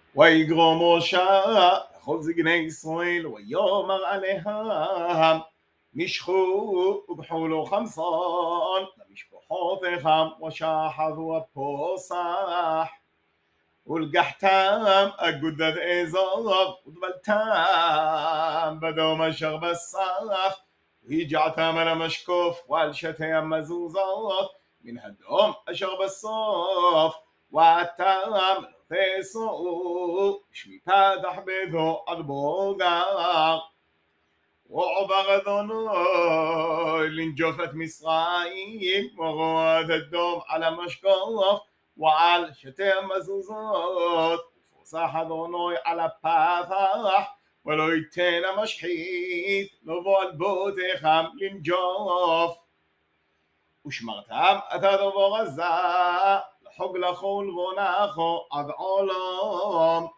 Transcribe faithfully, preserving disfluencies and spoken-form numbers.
ויגרום משה לכל זקני ישראל ויאמר עליהם משכו ובחולו חמסון למשפחותיכם ושחזו הפוסח ולקחתם אגודת אזוב וטבלתם בדום אשר בסף והגעתם אל המשקוף ועל שתי המזוזות מן הדום אשר בסוף ואתם לא תאסרו שמי פתח ביתו עד בוגר ועבר אדוני לנגוף את מצרים ורוע את הדום על המשקוף ועל שתי המזוזות ופוסח אדוני על הפתח ולא ייתן המשחית לבוא על בתיכם לנגוף ושמרתם את הדבר הזה לחוג לכו ולבונכו עד עולם